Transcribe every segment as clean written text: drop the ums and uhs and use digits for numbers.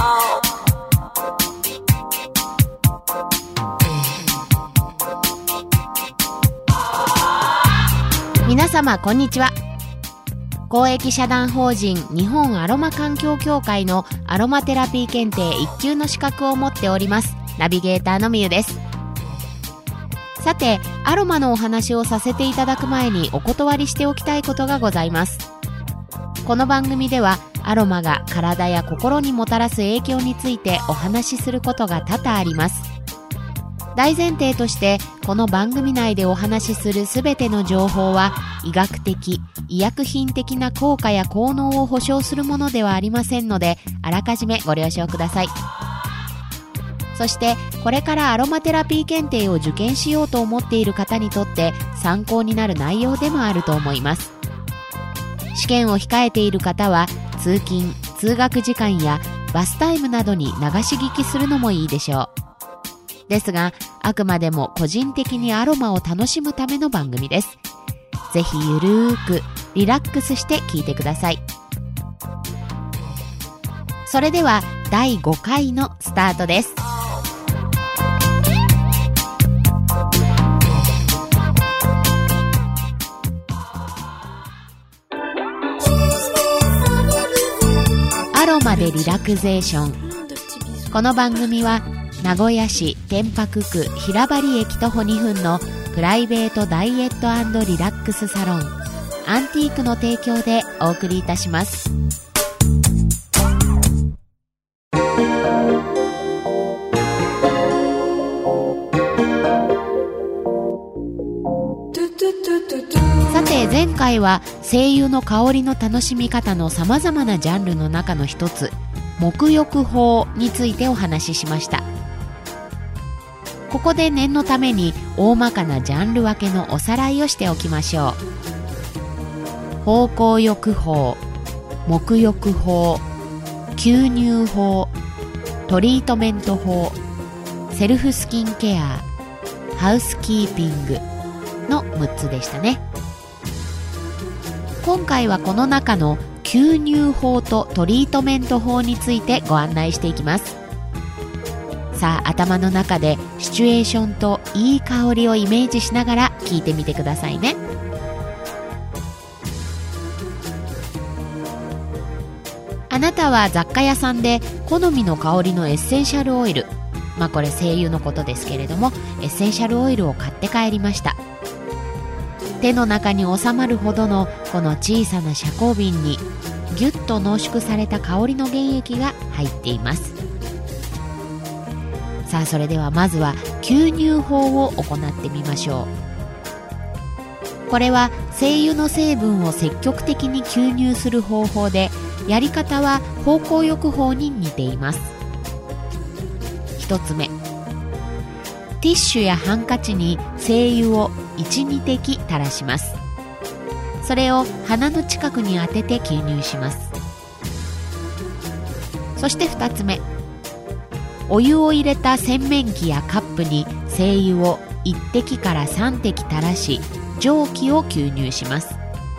皆様こんにちは。公益社団法人日本アロマ環境協会のアロマテラピー検定1級の資格を持っておりますナビゲーターのみゆです。さて、アロマのお話をさせていただく前にお断りしておきたいことがございます。この番組ではアロマが体や心にもたらす影響についてお話しすることが多々あります。大前提としてこの番組内でお話しするすべての情報は医学的、医薬品的な効果や効能を保証するものではありませんので、あらかじめご了承ください。そしてこれからアロマテラピー検定を受験しようと思っている方にとって参考になる内容でもあると思います。試験を控えている方は通勤・通学時間やバスタイムなどに流し聞きするのもいいでしょう。ですが、あくまでも個人的にアロマを楽しむための番組です。ぜひゆるーくリラックスして聞いてください。それでは第5回のスタートです。アロマでリラクゼーション。この番組は名古屋市天白区平針駅徒歩2分のプライベートダイエット&リラックスサロンアンティークの提供でお送りいたします。さて、前回は精油の香りの楽しみ方のさまざまなジャンルの中の一つ、沐浴法についてお話ししました。ここで念のために大まかなジャンル分けのおさらいをしておきましょう。芳香浴法、沐浴法、吸入法、トリートメント法、セルフスキンケア、ハウスキーピングの6つでしたね。今回はこの中の吸入法とトリートメント法についてご案内していきます。さあ、頭の中でシチュエーションといい香りをイメージしながら聞いてみてくださいね。あなたは雑貨屋さんで好みの香りのエッセンシャルオイル、これ精油のことですけれども、エッセンシャルオイルを買って帰りました。手の中に収まるほどのこの小さな遮光瓶にぎゅっと濃縮された香りの原液が入っています。さあ、それではまずは吸入法を行ってみましょう。これは精油の成分を積極的に吸入する方法で、やり方は芳香浴法に似ています。一つ目、ティッシュやハンカチに精油を 1,2 滴垂らします。それを鼻の近くに当てて吸入します。そして2つ目、お湯を入れた洗面器やカップに精油を1滴から3滴垂らし、蒸気を吸入します。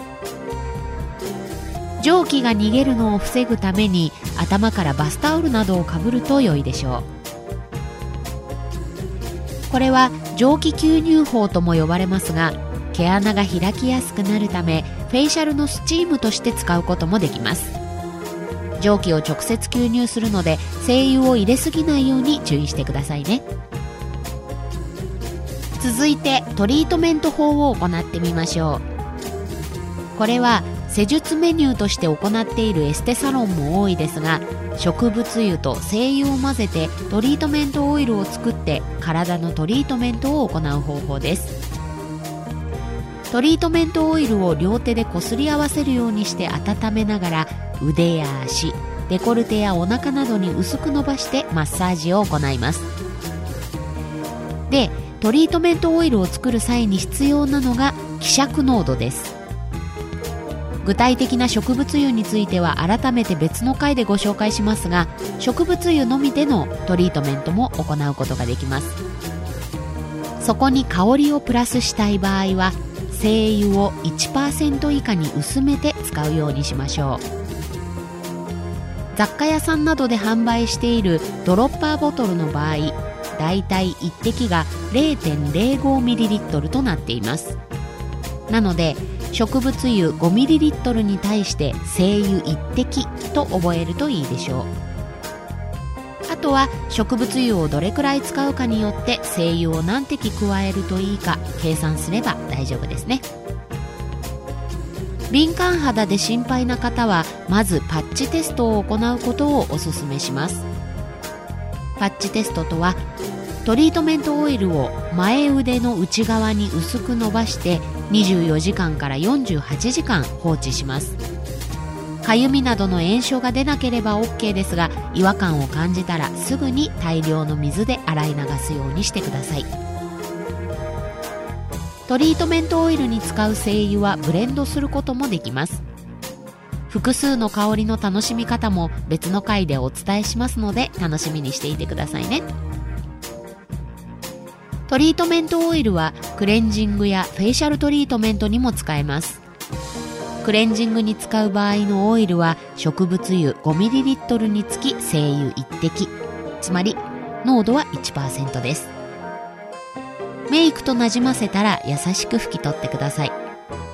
蒸気が逃げるのを防ぐために頭からバスタオルなどをかぶると良いでしょう。これは蒸気吸入法とも呼ばれますが、毛穴が開きやすくなるためフェイシャルのスチームとして使うこともできます。蒸気を直接吸入するので精油を入れすぎないように注意してくださいね。続いてトリートメント法を行ってみましょう。これは施術メニューとして行っているエステサロンも多いですが、植物油と精油を混ぜてトリートメントオイルを作って体のトリートメントを行う方法です。トリートメントオイルを両手でこすり合わせるようにして温めながら、腕や足、デコルテやお腹などに薄く伸ばしてマッサージを行います。で、トリートメントオイルを作る際に必要なのが希釈濃度です。具体的な植物油については改めて別の回でご紹介しますが、植物油のみでのトリートメントも行うことができます。そこに香りをプラスしたい場合は、精油を 1% 以下に薄めて使うようにしましょう。 雑貨屋さんなどで販売しているドロッパーボトルの場合、だいたい1滴が 0.05ml となっています。なので植物油 5ml に対して精油1滴と覚えるといいでしょう。あとは植物油をどれくらい使うかによって精油を何滴加えるといいか計算すれば大丈夫ですね。敏感肌で心配な方はまずパッチテストを行うことをお勧めします。パッチテストとは、トリートメントオイルを前腕の内側に薄く伸ばして24時間から48時間放置します。かゆみなどの炎症が出なければ OK ですが、違和感を感じたらすぐに大量の水で洗い流すようにしてください。トリートメントオイルに使う精油はブレンドすることもできます。複数の香りの楽しみ方も別の回でお伝えしますので楽しみにしていてくださいね。トリートメントオイルはクレンジングやフェイシャルトリートメントにも使えます。クレンジングに使う場合のオイルは植物油 5ml につき精油1滴、つまり濃度は 1% です。メイクとなじませたら優しく拭き取ってください。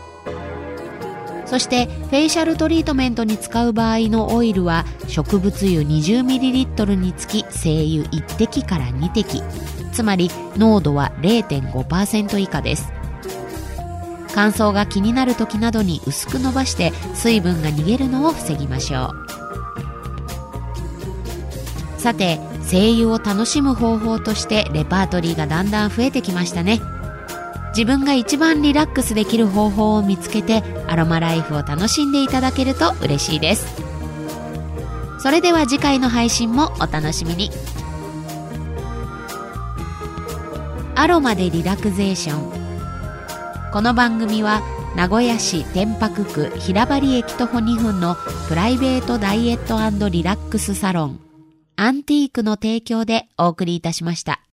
そしてフェイシャルトリートメントに使う場合のオイルは植物油 20ml につき精油1滴から2滴、つまり濃度は 0.5% 以下です。乾燥が気になる時などに薄く伸ばして水分が逃げるのを防ぎましょう。さて、精油を楽しむ方法としてレパートリーがだんだん増えてきましたね。自分が一番リラックスできる方法を見つけてアロマライフを楽しんでいただけると嬉しいです。それでは次回の配信もお楽しみに。アロマでリラクゼーション。この番組は名古屋市天白区平針駅徒歩2分のプライベートダイエット&リラックスサロンアンティークの提供でお送りいたしました。